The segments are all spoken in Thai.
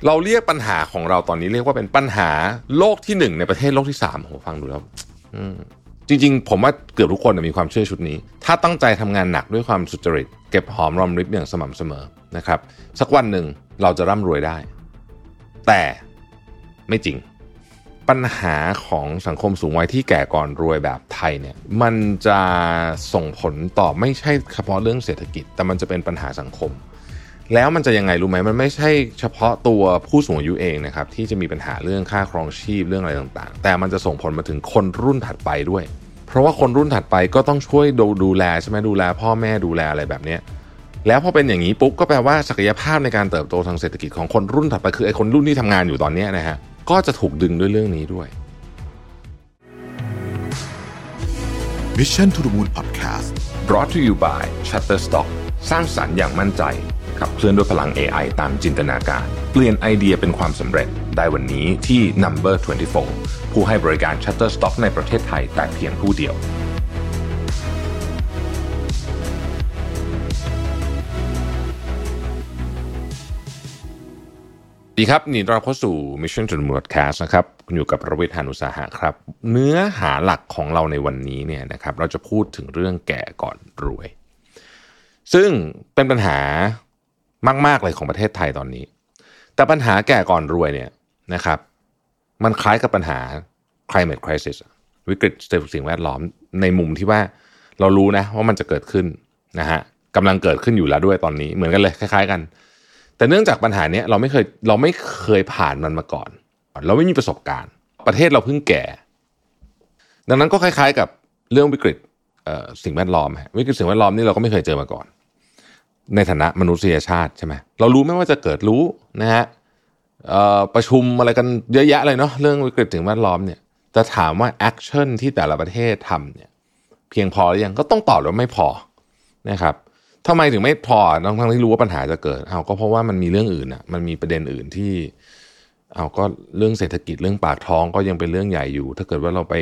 เราเรียกปัญหาของเราตอนนี้เรียกว่าเป็นปัญหาโลกที่1ในประเทศโลกที่3โหฟังดูแล้วจริงๆผมว่าเกือบทุกคนมีความเชื่อชุดนี้ถ้าตั้งใจทำงานหนักด้วยความสุจริตเก็บหอมรอมริบอย่างสม่ำเสมอนะครับสักวันหนึ่งเราจะร่ำรวยได้แต่ไม่จริงปัญหาของสังคมสูงวัยที่แก่ก่อนรวยแบบไทยเนี่ยมันจะส่งผลต่อไม่ใช่เฉพาะเรื่องเศรษฐกิจแต่มันจะเป็นปัญหาสังคมแล้วมันจะยังไงรู้ไหมมันไม่ใช่เฉพาะตัวผู้สูงอายุเองนะครับที่จะมีปัญหาเรื่องค่าครองชีพเรื่องอะไรต่างๆแต่มันจะส่งผลมาถึงคนรุ่นถัดไปด้วยเพราะว่าคนรุ่นถัดไปก็ต้องช่วยดูแลใช่ไหมดูแลพ่อแม่ดูแลอะไรแบบนี้แล้วพอเป็นอย่างนี้ปุ๊บก็แปลว่าศักยภาพในการเติบโตทางเศรษฐกิจของคนรุ่นถัดไปคือไอ้คนรุ่นที่ทำงานอยู่ตอนนี้นะฮะก็จะถูกดึงด้วยเรื่องนี้ด้วย Mission to the Moon Podcast brought to you by Shutterstock สร้างสรรค์อย่างมั่นใจขับเคลื่อนด้วยพลัง AI ตามจินตนาการเปลี่ยนไอเดียเป็นความสำเร็จได้วันนี้ที่ Number 24 ผู้ให้บริการ Shutterstock ในประเทศไทยแต่เพียงผู้เดียวดีครับนี่เราเข้าสู่ Mission to the Moon Podcast นะครับคุณอยู่กับประวิทย์ หาญอุตสาหะครับเนื้อหาหลักของเราในวันนี้เนี่ยนะครับเราจะพูดถึงเรื่องแก่ก่อนรวยซึ่งเป็นปัญหามากๆเลยของประเทศไทยตอนนี้แต่ปัญหาแก่ก่อนรวยเนี่ยนะครับมันคล้ายกับปัญหา climate crisis วิกฤตสิ่งแวดล้อมในมุมที่ว่าเรารู้นะว่ามันจะเกิดขึ้นนะฮะกำลังเกิดขึ้นอยู่แล้วด้วยตอนนี้เหมือนกันเลยคล้ายๆกันแต่เนื่องจากปัญหานี้เราไม่เคยผ่านมันมาก่อนเราไม่มีประสบการณ์ประเทศเราเพิ่งแก่ดังนั้นก็คล้ายๆกับเรื่องวิกฤตสิ่งแวดล้อมวิกฤตสิ่งแวดล้อมนี่เราก็ไม่เคยเจอมาก่อนในฐานะมนุษยชาติใช่ไหมเรารู้ไม่ว่าจะเกิดรู้นะฮะประชุมอะไรกันเยอะแยะเลยเนาะเรื่องวิกฤตสิ่งแวดล้อมเนี่ยจะถามว่าแอคชั่นที่แต่ละประเทศทำเนี่ยเพียงพอหรือยังก็ต้องตอบว่าไม่พอนะครับทำไมถึงไม่พอทั้งที่รู้ว่าปัญหาจะเกิดก็เพราะว่ามันมีเรื่องอื่นมันมีประเด็นอื่นที่ก็เรื่องเศรษฐกิจเรื่องปากท้องก็ยังเป็นเรื่องใหญ่อยู่ถ้าเกิดว่าเราไป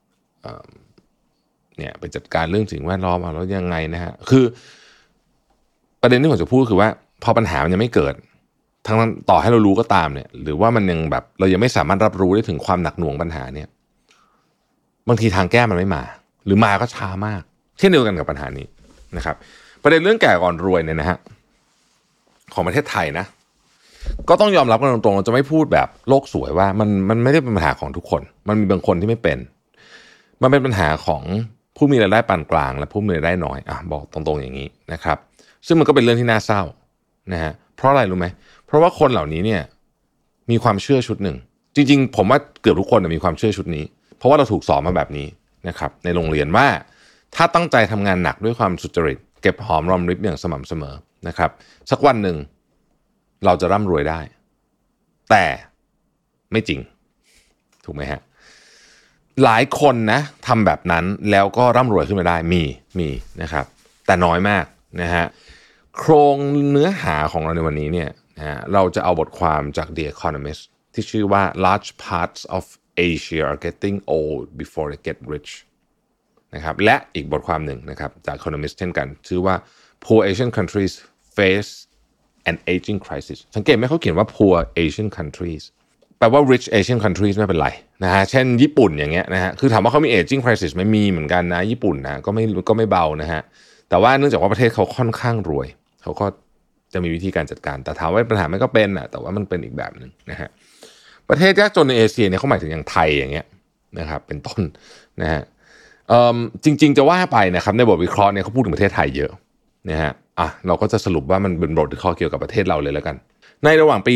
เนี่ยไปจัดการเรื่องสิ่งแวดล้อมแล้วยังไงนะฮะคือประเด็นที่ผมจะพูดคือว่าพอปัญหามันยังไม่เกิดทั้งต่อให้เรารู้ก็ตามเนี่ยหรือว่ามันยังแบบเรายังไม่สามารถรับรู้ได้ถึงความหนักหน่วงปัญหาเนี่ยบางทีทางแก้มันไม่มาหรือมาก็ช้ามากเช่นเดียวกันกับปัญหานี้นะครับประเด็นเรื่องแก่ก่อนรวยเนี่ยนะฮะของประเทศไทยนะก็ต้องยอมรับกันตรงๆเราจะไม่พูดแบบโลกสวยว่ามันไม่ได้เป็นปัญหาของทุกคนมันมีบางคนที่ไม่เป็นมันเป็นปัญหาของผู้มีรายได้ปานกลางและผู้มีรายได้น้อยบอกตรงๆอย่างนี้นะครับซึ่งมันก็เป็นเรื่องที่น่าเศร้านะฮะเพราะอะไรรู้ไหมเพราะว่าคนเหล่านี้เนี่ยมีความเชื่อชุดหนึ่งจริงๆผมว่าเกือบทุกคนมีความเชื่อชุดนี้เพราะว่าเราถูกสอนมาแบบนี้นะครับในโรงเรียนว่าถ้าตั้งใจทำงานหนักด้วยความสุจริตเก็บหอมรอมริบอย่างสม่ำเสมอนะครับสักวันหนึ่งเราจะร่ำรวยได้แต่ไม่จริงถูกไหมฮะหลายคนนะทำแบบนั้นแล้วก็ร่ำรวยขึ้นมาได้มีนะครับแต่น้อยมากนะฮะโครงเนื้อหาของเราในวันนี้เนี่ยนะเราจะเอาบทความจาก The Economist ที่ชื่อว่า Large parts of Asia are getting old before they get richนะครับและอีกบทความหนึ่งนะครับจาก Economist เช่นกันชื่อว่า Poor Asian countries face an aging crisis สังเกตไหมเขาเขียนว่า Poor Asian countries แปลว่า Rich Asian countries ไม่เป็นไรนะฮะเช่นญี่ปุ่นอย่างเงี้ยนะฮะคือถามว่าเขามี aging crisis ไม่มีเหมือนกันนะญี่ปุ่นนะก็ไม่เบานะฮะแต่ว่าเนื่องจากว่าประเทศเขาค่อนข้างรวยเขาก็จะมีวิธีการจัดการแต่ถามว่าปัญหามันก็เป็นแต่ว่ามันเป็นอีกแบบนึงนะฮะประเทศยากจนในเอเชียเนี่ยเขาหมายถึงอย่างไทยอย่างเงี้ยนะครับเป็นต้นนะฮะจริงๆจะว่าไปนะครับในบทวิเคราะห์เนี่ยเขาพูดถึงประเทศไทยเยอะนะฮะเราก็จะสรุปว่ามันเป็นบทวิเคราะห์เกี่ยวกับประเทศเราเลยแล้วกันในระหว่างปี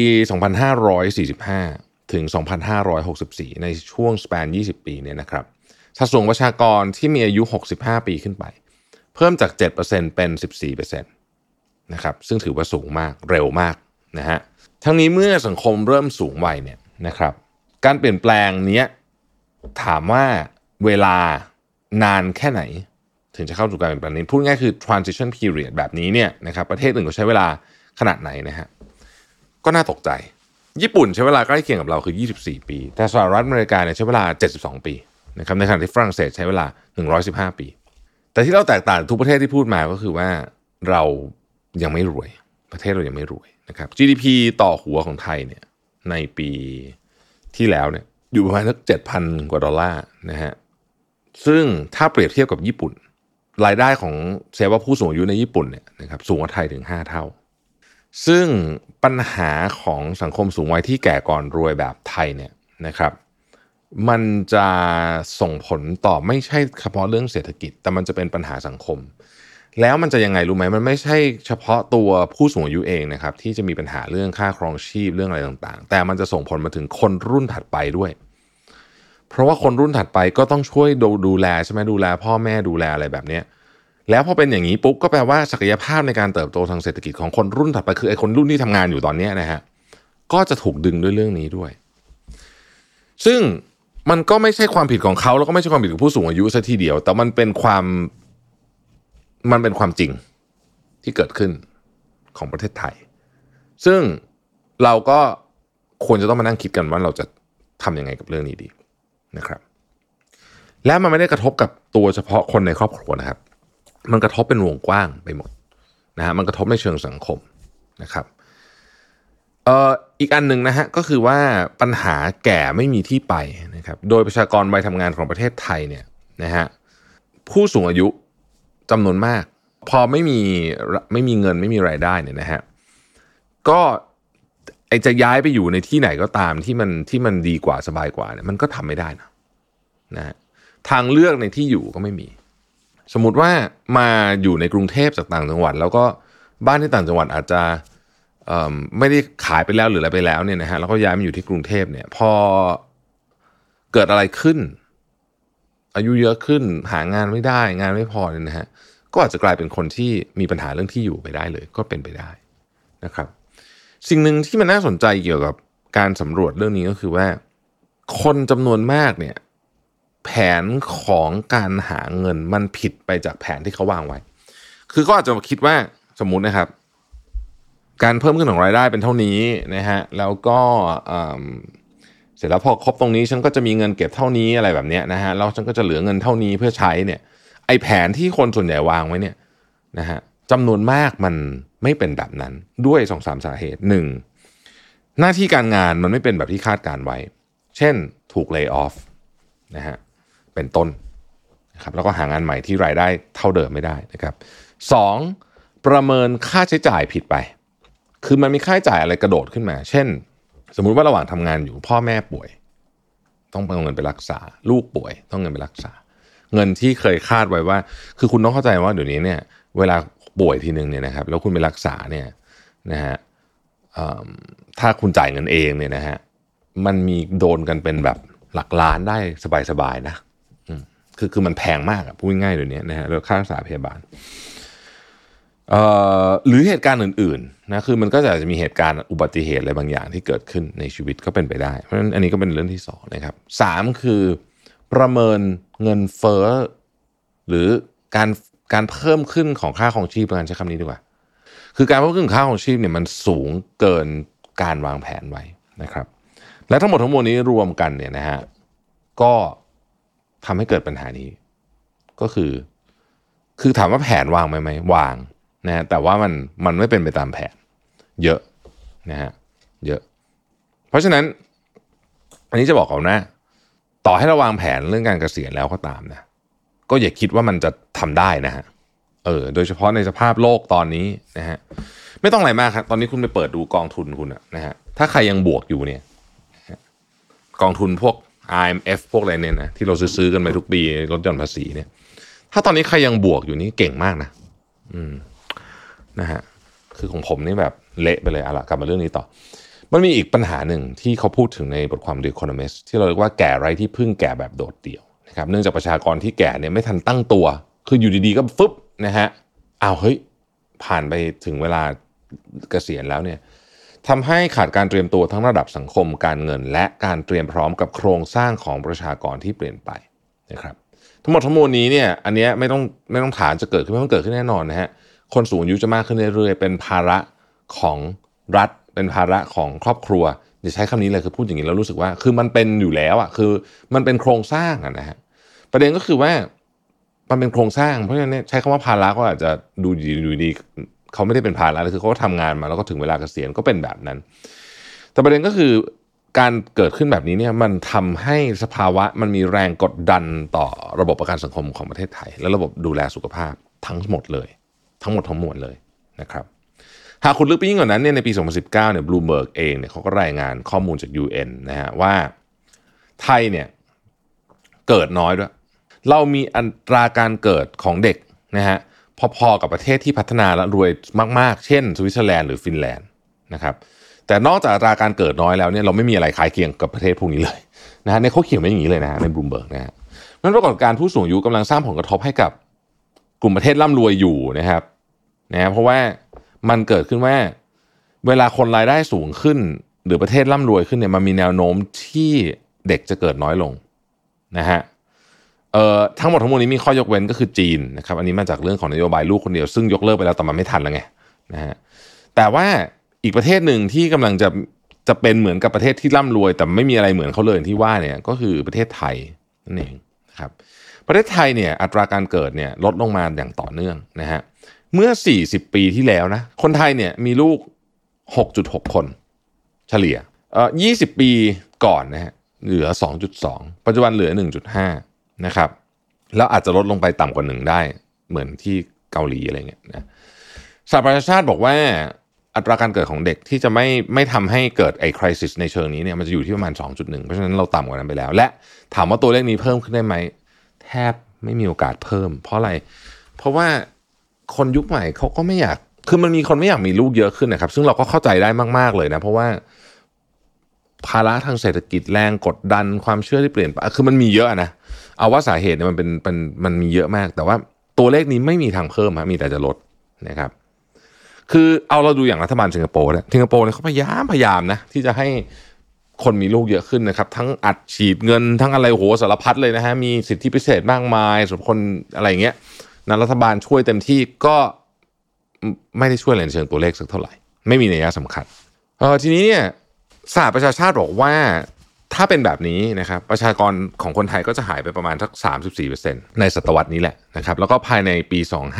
2545 ถึง 2564 ในช่วงสเปน20 ปีเนี่ยนะครับสัดส่วนประชากรที่มีอายุ65 ปีขึ้นไปเพิ่มจาก 7% เป็น 14% นะครับซึ่งถือว่าสูงมากเร็วมากนะฮะทั้งนี้เมื่อสังคมเริ่มสูงวัยเนี่ยนะครับการเปลี่ยนแปลงนี้ถามว่าเวลานานแค่ไหนถึงจะเข้าสู่การเปลี่ยนแปลงนี้พูดง่ายคือ transition period แบบนี้เนี่ยนะครับประเทศอื่นก็ใช้เวลาขนาดไหนนะฮะก็น่าตกใจญี่ปุ่นใช้เวลาใกล้เคียงกับเราคือ24 ปีแต่สหรัฐอเมริกาเนี่ยใช้เวลา72 ปีนะครับในขณะที่ฝรั่งเศสใช้เวลา115 ปีแต่ที่เราแตกต่างทุกประเทศที่พูดมาก็คือว่าเรายังไม่รวยประเทศเรายังไม่รวยนะครับ GDP ต่อหัวของไทยเนี่ยในปีที่แล้วเนี่ยอยู่ประมาณสัก $7,000 กว่านะฮะซึ่งถ้าเปรียบเทียบกับญี่ปุ่นรายได้ของเชื่อว่าผู้สูงอายุในญี่ปุ่นเนี่ยนะครับสูงกว่าไทยถึง5 เท่าซึ่งปัญหาของสังคมสูงวัยที่แก่ก่อนรวยแบบไทยเนี่ยนะครับมันจะส่งผลต่อไม่ใช่เฉพาะเรื่องเศรษฐกิจแต่มันจะเป็นปัญหาสังคมแล้วมันจะยังไงรู้ไหมมันไม่ใช่เฉพาะตัวผู้สูงอายุเองนะครับที่จะมีปัญหาเรื่องค่าครองชีพเรื่องอะไรต่างๆแต่มันจะส่งผลมาถึงคนรุ่นถัดไปด้วยเพราะว่าคนรุ่นถัดไปก็ต้องช่วยดูแลใช่ไหมดูแลพ่อแม่ดูแลอะไรแบบนี้แล้วพอเป็นอย่างนี้ปุ๊บก็แปลว่าศักยภาพในการเติบโตทางเศรษฐกิจของคนรุ่นถัดไปคือไอ้คนรุ่นที่ทำงานอยู่ตอนนี้นะฮะก็จะถูกดึงด้วยเรื่องนี้ด้วยซึ่งมันก็ไม่ใช่ความผิดของเขาแล้วก็ไม่ใช่ความผิดของผู้สูงอายุซะทีเดียวแต่มันเป็นความจริงที่เกิดขึ้นของประเทศไทยซึ่งเราก็ควรจะต้องมานั่งคิดกันว่าเราจะทำยังไงกับเรื่องนี้ดีนะครับและมันไม่ได้กระทบกับตัวเฉพาะคนในครอบครัวนะครับมันกระทบเป็นวงกว้างไปหมดนะฮะมันกระทบในเชิงสังคมนะครับอีกอันหนึ่งนะฮะก็คือว่าปัญหาแก่ไม่มีที่ไปนะครับโดยประชากรวัยทำงานของประเทศไทยเนี่ยนะฮะผู้สูงอายุจำนวนมากพอไม่มีเงินไม่มีรายได้เนี่ยนะฮะก็จะย้ายไปอยู่ในที่ไหนก็ตามที่มันดีกว่าสบายกว่าเนี่ยมันก็ทำไม่ได้นะฮะทางเลือกในที่อยู่ก็ไม่มีสมมุติว่ามาอยู่ในกรุงเทพจากต่างจังหวัดแล้วก็บ้านที่ต่างจังหวัดอาจจะไม่ได้ขายไปแล้วหรืออะไรไปแล้วเนี่ยนะฮะแล้วก็ย้ายมาอยู่ที่กรุงเทพเนี่ยพอเกิดอะไรขึ้นอายุเยอะขึ้นหางานไม่ได้งานไม่พอเนี่ยนะฮะก็อาจจะกลายเป็นคนที่มีปัญหาเรื่องที่อยู่ไปได้เลยก็เป็นไปได้นะครับสิ่งหนึ่งที่มันน่าสนใจเกี่ยวกับการสำรวจเรื่องนี้ก็คือว่าคนจำนวนมากเนี่ยแผนของการหาเงินมันผิดไปจากแผนที่เขาวางไว้คือเขาอาจจะคิดว่าสมมุตินะครับการเพิ่มขึ้นของรายได้เป็นเท่านี้นะฮะแล้วก็เสร็จแล้วพอครบตรงนี้ฉันก็จะมีเงินเก็บเท่านี้อะไรแบบเนี้ยนะฮะแล้วฉันก็จะเหลือเงินเท่านี้เพื่อใช้เนี่ยไอ้แผนที่คนส่วนใหญ่วางไว้เนี่ยนะฮะจำนวนมากมันไม่เป็นแบบนั้นด้วย 2-3 สาเหตุ 1. หน้าที่การงานมันไม่เป็นแบบที่คาดการไว้เช่นถูกเลย์ออฟนะฮะเป็นต้นนะครับแล้วก็หางานใหม่ที่รายได้เท่าเดิมไม่ได้นะครับ 2. ประเมินค่าใช้จ่ายผิดไปคือมันมีค่าใช้จ่ายอะไรกระโดดขึ้นมาเช่นสมมุติว่าระหว่างทำงานอยู่พ่อแม่ป่วยต้องเอาเงินไปรักษาลูกป่วยต้องเงินไปรักษาเงินที่เคยคาดไว้ว่าคือคุณต้องเข้าใจว่าเดี๋ยวนี้เนี่ยเวลาป่วยทีนึงเนี่ยนะครับแล้วคุณไปรักษาเนี่ยนะฮะถ้าคุณจ่ายเงินเองเนี่ยนะฮะมันมีโดนกันเป็นแบบหลักล้านได้สบายๆนะคือมันแพงมากพูดง่ายๆเดี๋ยวนี้นะฮะแล้วค่ารักษาพยาบาลหรือเหตุการณ์อื่นๆนะคือมันก็จะมีเหตุการณ์อุบัติเหตุอะไรบางอย่างที่เกิดขึ้นในชีวิตก็เป็นไปได้เพราะฉะนั้นอันนี้ก็เป็นเรื่องที่2นะครับ3คือประเมินเงินเฟ้อหรือการเพิ่มขึ้นของค่าครองชีพการใช้คำนี้ดีกว่าคือการเพิ่มขึ้นของค่าครองชีพเนี่ยมันสูงเกินการวางแผนไว้นะครับและทั้งหมดทั้งมวลนี้รวมกันเนี่ยนะฮะก็ทำให้เกิดปัญหานี้ก็คือถามว่าแผนวางไหมวางนะแต่ว่ามันไม่เป็นไปตามแผนเยอะนะฮะเยอะเพราะฉะนั้นอันนี้จะบอกก่อนนะต่อให้เราวางแผนเรื่องการเกษียณแล้วก็ตามนะก็อย่าคิดว่ามันจะทำได้นะฮะโดยเฉพาะในสภาพโลกตอนนี้นะฮะไม่ต้องอะไรมากครับตอนนี้คุณไปเปิดดูกองทุนคุณนะฮะถ้าใครยังบวกอยู่เนี่ยกองทุนพวก IMF พวกอะไรเนี่ยนะที่เราซื้อกันไปทุกปีลดหย่อนภาษีเนี่ยถ้าตอนนี้ใครยังบวกอยู่นี่เก่งมากนะนะฮะคือของผมนี่แบบเละไปเลยเอาล่ะกลับมาเรื่องนี้ต่อมันมีอีกปัญหาหนึ่งที่เขาพูดถึงในบทความ The Economist ที่เราเรียกว่าแก่ไร้ที่พึ่งแก่แบบโดดเดี่ยวนะครับเนื่องจากประชากรที่แก่เนี่ยไม่ทันตั้งตัวคืออยู่ดีๆก็ฟึบนะฮะเฮ้ยผ่านไปถึงเวลาเกษียณแล้วเนี่ยทำให้ขาดการเตรียมตัวทั้งระดับสังคมการเงินและการเตรียมพร้อมกับโครงสร้างของประชากรที่เปลี่ยนไปนะครับทั้งหมดทั้งมวลนี้เนี่ยอันนี้ไม่ต้องถามจะเกิดขึ้นมันเกิดขึ้นแน่นอนนะฮะคนสูงอายุจะมากขึ้นเรื่อยๆเป็นภาระของรัฐเป็นภาระของครอบครัวจะใช้คำนี้เลยคือพูดอย่างนี้แล้วรู้สึกว่าคือมันเป็นอยู่แล้วคือมันเป็นโครงสร้างนะฮะประเด็นก็คือว่ามันเป็นโครงสร้างเพราะฉะนั้นใช้คำว่าภาระก็อาจจะดูดีเขาไม่ได้เป็นภาระคือเขาทำงานมาแล้วก็ถึงเวลาเกษียณก็เป็นแบบนั้นแต่ประเด็นก็คือการเกิดขึ้นแบบนี้เนี่ยมันทำให้สภาวะมันมีแรงกดดันต่อระบบประกันสังคมของประเทศไทยและระบบดูแลสุขภาพทั้งหมดเลยทั้งมวลเลยนะครับหากคุณลึกไปยิ่งกว่านั้นเนี่ยในปี 2019 เนี่ย Bloomberg เองเนี่ยเขาก็รายงานข้อมูลจาก UN นะฮะว่าไทยเนี่ยเกิดน้อยด้วยเรามีอัตราการเกิดของเด็กนะฮะพอๆกับประเทศที่พัฒนาและรวยมากๆเช่นสวิตเซอร์แลนด์หรือฟินแลนด์นะครับแต่นอกจากอัตราการเกิดน้อยแล้วเนี่ยเราไม่มีอะไรคล้ายเคียงกับประเทศพวกนี้เลยนะฮะในเขาเขียนไว้อย่างนี้เลยนะใน Bloomberg นะฮะนั้นปรากฏการณ์ผู้สูงอายุกำลังสร้างผลกระทบให้กับกลุ่มประเทศร่ำรวยอยู่นะครับเพราะว่ามันเกิดขึ้นว่าเวลาคนรายได้สูงขึ้นหรือประเทศร่ำรวยขึ้นเนี่ยมันมีแนวโน้มที่เด็กจะเกิดน้อยลงนะฮะทั้งหมดนี้มีข้อยกเว้นก็คือจีนนะครับอันนี้มาจากเรื่องของนโยบายลูกคนเดียวซึ่งยกเลิกไปแล้วแต่มันไม่ทันแล้วไงนะฮะแต่ว่าอีกประเทศหนึ่งที่กำลังจะเป็นเหมือนกับประเทศที่ร่ำรวยแต่ไม่มีอะไรเหมือนเขาเลยที่ว่าเนี่ยก็คือประเทศไทยนั่นเองนะครับประเทศไทยเนี่ยอัตราการเกิดเนี่ยลดลงมาอย่างต่อเนื่องนะฮะเมื่อ40ปีที่แล้วนะคนไทยเนี่ยมีลูก 6.6 คนเฉลี่ย20ปีก่อนนะฮะเหลือ 2.2 ปัจจุบันเหลือ 1.5 นะครับแล้วอาจจะลดลงไปต่ำกว่า1ได้เหมือนที่เกาหลีอะไรเงี้ยนะสหประชาชาติบอกว่าอัตราการเกิดของเด็กที่จะไม่ทำให้เกิดไอ้ crisis ในเชิงนี้เนี่ยมันจะอยู่ที่ประมาณ 2.1 เพราะฉะนั้นเราต่ำกว่านั้นไปแล้วและถามว่าตัวเลขนี้เพิ่มขึ้นได้ไหมแทบไม่มีโอกาสเพิ่มเพราะอะไรเพราะว่าคนยุคใหม่เขาก็ไม่อยากคือมันมีคนไม่อยากมีลูกเยอะขึ้นนะครับซึ่งเราก็เข้าใจได้มากๆเลยนะเพราะว่าภาระทางเศรษฐกิจแรงกดดันความเชื่อที่เปลี่ยนไปคือมันมีเยอะนะเอาว่าสาเหตุเนี่ยมันมีเยอะมากแต่ว่าตัวเลขนี้ไม่มีทางเพิ่มมีแต่จะลดนะครับคือเอาเราดูอย่างรัฐบาลสิงคโปร์เนี่ยเขาพยายามนะที่จะให้คนมีลูกเยอะขึ้นนะครับทั้งอัดฉีดเงินทั้งอะไรโหสารพัดเลยนะฮะมีสิทธิพิเศษมากมายสำหรับคนอะไรอย่างเงี้ยนั้นรัฐบาลช่วยเต็มที่ก็ไม่ได้ช่วยอะไรในเชิงตัวเลขสักเท่าไหร่ไม่มีนัยสำคัญทีนี้เนี่ยสหประชาชาติบอกว่าถ้าเป็นแบบนี้นะครับประชากรของคนไทยก็จะหายไปประมาณสัก 34% ในศตวรรษนี้แหละนะครับแล้วก็ภายในปี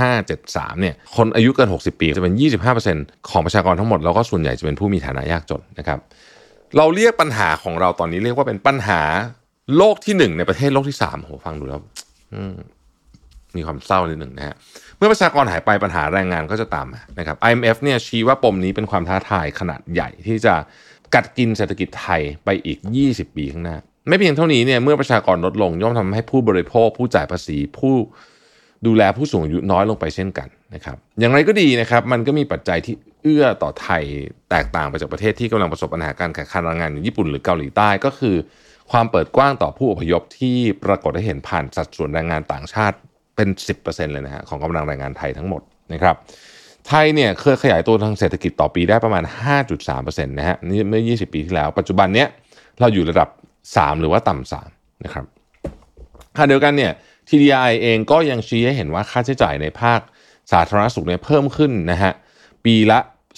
2573เนี่ยคนอายุเกิน60ปีจะเป็น 25% ของประชากรทั้งหมดแล้วก็ส่วนใหญ่จะเป็นผู้มีฐานะยากจนนะครับเราเรียกปัญหาของเราตอนนี้เรียกว่าเป็นปัญหาโลกที่1ในประเทศโลกที่3โหฟังดูแล้วมีความเศร้านิดนึงนะฮะเมื่อประชากรหายไปปัญหาแรงงานก็จะตามมานะครับ IMF เนี่ยชี้ว่าปมนี้เป็นความท้าทายขนาดใหญ่ที่จะกัดกินเศรษฐกิจไทยไปอีก20ปีข้างหน้าไม่เพียงเท่านี้เนี่ยเมื่อประชากรลดลงย่อมทำให้ผู้บริโภคผู้จ่ายภาษีผู้ดูแลผู้สูงอายุน้อยลงไปเช่นกันนะครับอย่างไรก็ดีนะครับมันก็มีปัจจัยที่เอื้อต่อไทยแตกต่างไปจากประเทศที่กำลังประสบปัญหาการขาดแคลนแรงงานอย่างญี่ปุ่นหรือเกาหลีใต้ก็คือความเปิดกว้างต่อผู้อพยพที่ปรากฏให้เห็นผ่านสัดส่วนแรงงานต่างชาติเป็น 10% เลยนะฮะของกำลังแรงงานไทยทั้งหมดนะครับไทยเนี่ยเคยขยายตัวทางเศรษฐกิจต่อปีได้ประมาณ 5.3% นะฮะนี่เมื่อ20ปีที่แล้วปัจจุบันเนี้ยเราอยู่ระดับ3หรือว่าต่ำ3นะครับขณะเดียวกันเนี่ย TDI เองก็ยังชี้ให้เห็นว่าค่าใช้จ่ายในภาคสาธารณสุขเนี่ยเพิ่มขึ้นนะฮะปีละ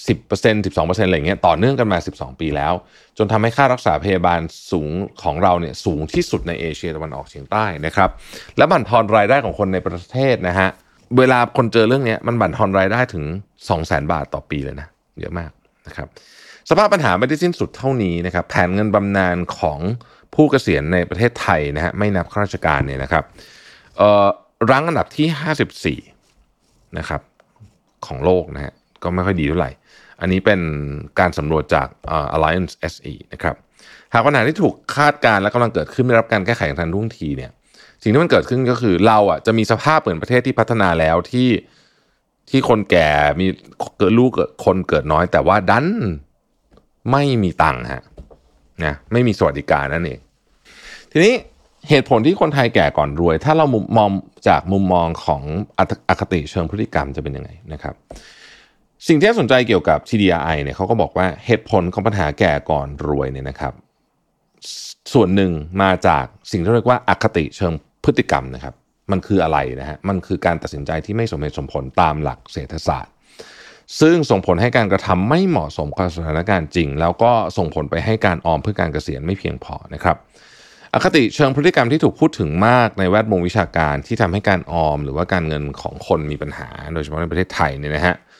10% 12% อะไรเงี้ยต่อเนื่องกันมา12ปีแล้วจนทำให้ค่ารักษาพยาบาลสูงของเราเนี่ยสูงที่สุดในเอเชียตะวันออกเฉียงใต้นะครับและบั่นทอนรายได้ของคนในประเทศนะฮะเวลาคนเจอเรื่องนี้มันบั่นทอนรายได้ถึง 200,000 บาทต่อปีเลยนะเยอะมากนะครับสภาพปัญหาไม่ได้สิ้นสุดเท่านี้นะครับแผนเงินบำนาญของผู้เกษียณในประเทศไทยนะฮะไม่นับข้าราชการเนี่ยนะครับรั้งอันดับที่54นะครับของโลกนะฮะก็ไม่ค่อยดีเท่าไหร่อันนี้เป็นการสำรวจจากAlliance SE นะครับหากปัญหาที่ถูกคาดการณ์และกำลังเกิดขึ้นไม่ได้รับการแก้ไขอย่างทันท่วงทีเนี่ยสิ่งที่มันเกิดขึ้นก็คือเราจะมีสภาพเหมือนประเทศที่พัฒนาแล้วที่คนแก่มีเกิดลูกคนเกิดน้อยแต่ว่าดันไม่มีตังค์ฮะนะไม่มีสวัสดิการนั่นเองทีนี้เหตุผลที่คนไทยแก่ก่อนรวยถ้าเรามองจากมุมมองของอคติเชิงพฤติกรรมจะเป็นยังไงนะครับสิ่งที่น่าสนใจเกี่ยวกับ TDI เนี่ยเขาก็บอกว่าเหตุผลของปัญหาแก่ก่อนรวยเนี่ยนะครับส่วนหนึ่งมาจากสิ่งที่เรียกว่าอคติเชิงพฤติกรรมนะครับมันคืออะไรนะฮะมันคือการตัดสินใจที่ไม่สมเหตุสมผลตามหลักเศรษฐศาสตร์ซึ่งส่งผลให้การกระทำไม่เหมาะสมกับสถานการณ์จริงแล้วก็ส่งผลไปให้การออมเพื่อการเกษียณไม่เพียงพอนะครับอคติเชิงพฤติกรรมที่ถูกพูดถึงมากในแวดวงวิชาการที่ทำให้การออมหรือว่าการเงินของคนมีปัญหาโดยเฉพาะในประเทศไทยเนี่ยนะฮะ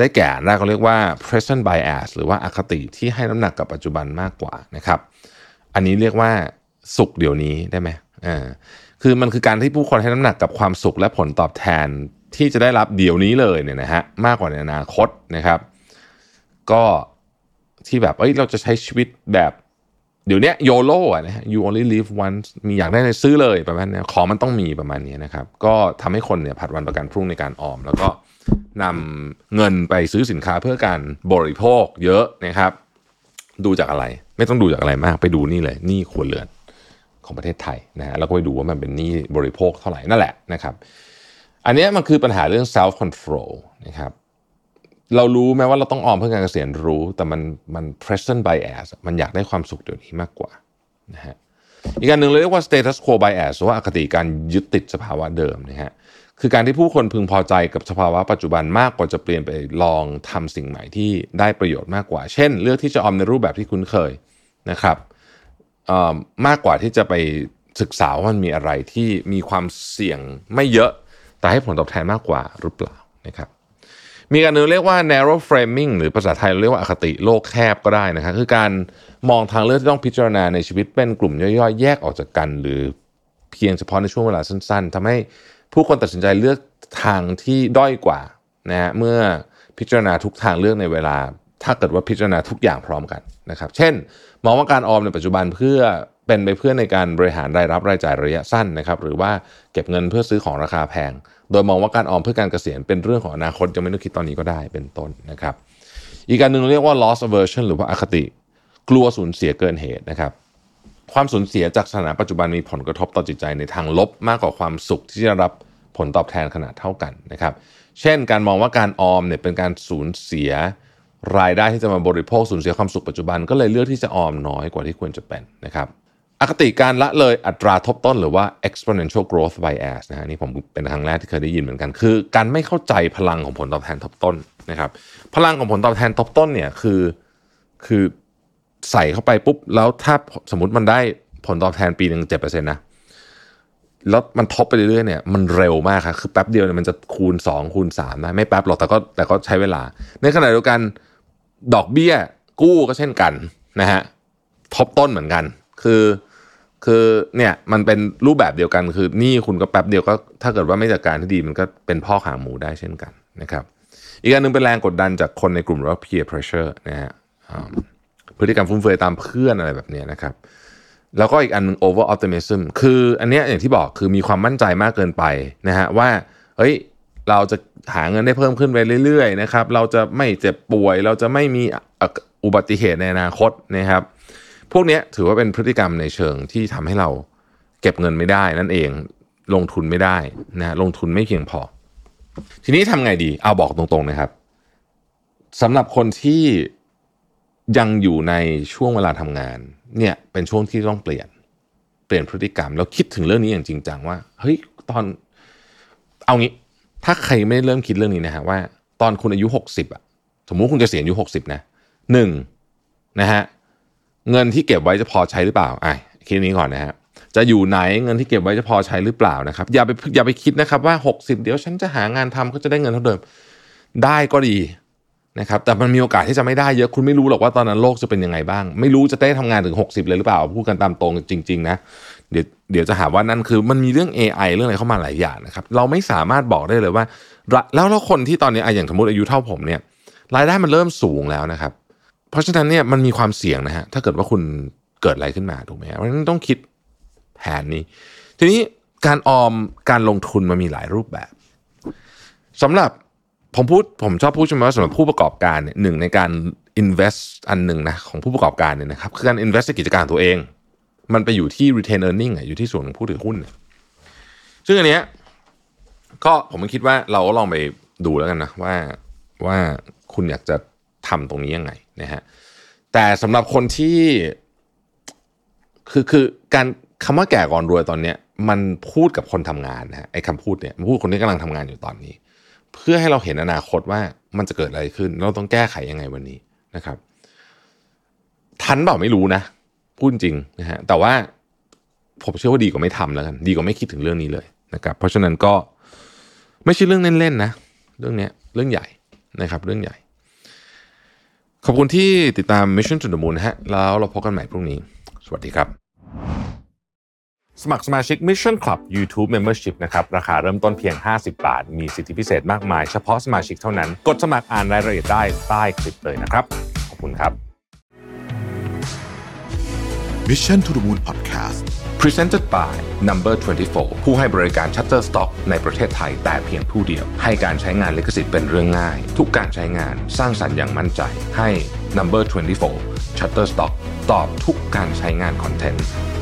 ได้แก่แรกเขาเรียกว่า present bias หรือว่าอคติที่ให้น้ำหนักกับปัจจุบันมากกว่านะครับอันนี้เรียกว่าสุขเดี๋ยวนี้ได้ไหมคือมันคือการที่ผู้คนให้น้ำหนักกับความสุขและผลตอบแทนที่จะได้รับเดี๋ยวนี้เลยเนี่ยนะฮะมากกว่าในอนาคตนะครับก็ที่แบบเราจะใช้ชีวิตแบบเดี๋ยวนี้ YOLO นะฮะ you only live once มีอยากได้เลยซื้อเลยประมาณนี้ของมันต้องมีประมาณนี้นะครับก็ทำให้คนเนี่ยผัดวันประกันพรุ่งในการออมแล้วก็นำเงินไปซื้อสินค้าเพื่อการบริโภคเยอะนะครับดูจากอะไรไม่ต้องดูจากอะไรมากไปดูนี่เลยหนี้ครัวเรือนของประเทศไทยนะฮะแล้วก็ไปดูว่ามันเป็นหนี้บริโภคเท่าไหร่นั่นแหละนะครับอันนี้มันคือปัญหาเรื่อง self control นะครับเรารู้ไหมว่าเราต้องออมเพื่อการเกษียณรู้แต่มัน present bias มันอยากได้ความสุขเดี๋ยวนี้มากกว่านะฮะอีกอันหนึ่งเรียกว่า status quo bias หรือว่าอคติการยึดติดสภาวะเดิมนะฮะคือการที่ผู้คนพึงพอใจกับสภาวะปัจจุบันมากกว่าจะเปลี่ยนไปลองทำสิ่งใหม่ที่ได้ประโยชน์มากกว่าเช่นเลือกที่จะออมในรูปแบบที่คุ้นเคยนะครับมากกว่าที่จะไปศึกษาว่ามันมีอะไรที่มีความเสี่ยงไม่เยอะแต่ให้ผลตอบแทนมากกว่าหรือเปล่านะครับมีการนึงเรียกว่า narrow framing หรือภาษาไทยเรียกว่าอคติโลกแคบก็ได้นะครับคือการมองทางเลือกที่ต้องพิจารณาในชีวิตเป็นกลุ่มย่อยๆแยกออกจากกันหรือเพียงเฉพาะในช่วงเวลาสั้นๆทำให้ผู้คนตัดสินใจเลือกทางที่ด้อยกว่านะฮะเมื่อพิจารณาทุกทางเลือกในเวลาถ้าเกิดว่าพิจารณาทุกอย่างพร้อมกันนะครับเช่นมองว่าการออมในปัจจุบันเพื่อเป็นไปเพื่อในการบริหารรายรับรายจ่ายระยะสั้นนะครับหรือว่าเก็บเงินเพื่อซื้อของราคาแพงโดยมองว่าการออมเพื่อการเกษียณเป็นเรื่องของอนาคตยังไม่ต้องคิดตอนนี้ก็ได้เป็นต้นนะครับอีกการหนึ่งเรียกว่า loss aversion หรือว่าอคติกลัวสูญเสียเกินเหตุนะครับความสูญเสียจากสถานะปัจจุบันมีผลกระทบต่อจิตใจในทางลบมากกว่าความสุขที่จะรับผลตอบแทนขนาดเท่ากันนะครับเช่นการมองว่าการออมเนี่ยเป็นการสูญเสียรายได้ที่จะมาบริโภคสูญเสียความสุขปัจจุบันก็เลยเลือกที่จะออมน้อยกว่าที่ควรจะเป็นนะครับอคติการละเลยอัตราทบต้นหรือว่า exponential growth bias นะฮะนี่ผมเป็นครั้งแรกที่เคยได้ยินเหมือนกันคือการไม่เข้าใจพลังของผลตอบแทนทบต้นนะครับพลังของผลตอบแทนทบต้นเนี่ยคือใส่เข้าไปปุ๊บแล้วถ้าสมมติมันได้ผลตอบแทนปีนึง 7% นะแล้วมันทบไปเรื่อยๆเนี่ยมันเร็วมากครับคือแป๊บเดียวเนี่ยมันจะคูณ2คูณ3ได้ไม่แป๊บหรอกแต่ก็ใช้เวลาในขณะเดียวกันดอกเบี้ยกู้ก็เช่นกันนะฮะทบต้นเหมือนกันคือเนี่ยมันเป็นรูปแบบเดียวกันคือหนี้คุณก็แป๊บเดียวก็ถ้าเกิดว่าไม่จัดการที่ดีมันก็เป็นพ่อขาหมูได้เช่นกันนะครับอีกอันนึงเป็นแรงกดดันจากคนในกลุ่มเรียกว่า peer pressure นะฮะพฤติกรรมฟุ่มเฟือยตามเพื่อนอะไรแบบนี้นะครับแล้วก็อีกอันนึง over optimism คืออันเนี้ยอย่างที่บอกคือมีความมั่นใจมากเกินไปนะฮะว่าเฮ้ยเราจะหาเงินได้เพิ่มขึ้นไปเรื่อยๆนะครับเราจะไม่เจ็บป่วยเราจะไม่มีอุบัติเหตุในอนาคตนะครับพวกนี้ถือว่าเป็นพฤติกรรมในเชิงที่ทำให้เราเก็บเงินไม่ได้นั่นเองลงทุนไม่ได้นะลงทุนไม่เพียงพอทีนี้ทำไงดีเอาบอกตรงๆนะครับสำหรับคนที่ยังอยู่ในช่วงเวลาทำงานเนี่ยเป็นช่วงที่ต้องเปลี่ยนพฤติกรรมแล้วคิดถึงเรื่องนี้อย่างจริงจังว่าเฮ้ยตอนเอางี้ถ้าใครไม่ได้เริ่มคิดเรื่องนี้นะฮะว่าตอนคุณอายุ60อ่ะสมมุติคุณจะเกษียณอายุ60นะ1นะฮะเงินที่เก็บไว้จะพอใช้หรือเปล่าคิดนี้ก่อนนะฮะจะอยู่ไหนเงินที่เก็บไว้จะพอใช้หรือเปล่านะครับอย่าไปคิดนะครับว่า60เดี๋ยวฉันจะหางานทำก็จะได้เงินเท่าเดิมได้ก็ดีนะครับแต่มันมีโอกาสที่จะไม่ได้เยอะคุณไม่รู้หรอกว่าตอนนั้นโลกจะเป็นยังไงบ้างไม่รู้จะได้ทำงานถึง60เลยหรือเปล่าพูดกันตามตรงจริงๆนะเดี๋ยวจะหาว่านั่นคือมันมีเรื่อง AI เรื่องอะไรเข้ามาหลายอย่างนะครับเราไม่สามารถบอกได้เลยว่าแล้วคนที่ตอนนี้อย่างสมมติอายุเท่าผมเนี่ยรายได้มันเริ่มสูงแล้วนะครับเพราะฉะนั้นเนี่ยมันมีความเสี่ยงนะฮะถ้าเกิดว่าคุณเกิดอะไรขึ้นมาถูกไหมเพราะฉะนั้นต้องคิดแผนนี้ทีนี้การออมการลงทุนมันมีหลายรูปแบบสำหรับผมชอบพูดใช่ไหมว่าสำหรับผู้ประกอบการเนี่ยหนึ่งในการ invest อันหนึ่งนะของผู้ประกอบการเนี่ยนะครับคือการ invest ในกิจการตัวเองมันไปอยู่ที่ retain earning อยู่ที่ส่วนของผู้ถือหุ้นซึ่งอันเนี้ยก็ผมคิดว่าเราก็ลองไปดูแล้วกันนะว่าคุณอยากจะทำตรงนี้ยังไงนะฮะแต่สำหรับคนที่คือการคำว่าแก่ก่อนรวยตอนเนี้ยมันพูดกับคนทำงานนะฮะไอ้คำพูดเนี่ยมันพูดคนที่กำลังทำงานอยู่ตอนนี้เพื่อให้เราเห็นอนาคตว่ามันจะเกิดอะไรขึ้นเราต้องแก้ไขยังไงวันนี้นะครับทันเปล่าไม่รู้นะพูดจริงนะฮะแต่ว่าผมเชื่อว่าดีกว่าไม่ทำแล้วกันดีกว่าไม่คิดถึงเรื่องนี้เลยนะครับเพราะฉะนั้นก็ไม่ใช่เรื่องเล่นๆนะเรื่องนี้เรื่องใหญ่นะครับเรื่องใหญ่ขอบคุณที่ติดตาม Mission to the Moon ฮะแล้วเราพบกันใหม่พรุ่งนี้สวัสดีครับสมัครสมาชิก Mission Club YouTube Membership นะครับราคาเริ่มต้นเพียง50 บาทมีสิทธิพิเศษมากมายเฉพาะสมาชิกเท่านั้นกดสมัครอ่านรายละเอียดได้ใต้คลิปเลยนะครับขอบคุณครับ Mission to the Moon Podcast Presented by Number 24 ผู้ให้บริการ Shutterstock ในประเทศไทยแต่เพียงผู้เดียวให้การใช้งานลิขสิทธิ์เป็นเรื่องง่ายทุกการใช้งานสร้างสรรค์อย่างมั่นใจให้ Number 24 Shutterstock ตอบทุกการใช้งานคอนเทนต์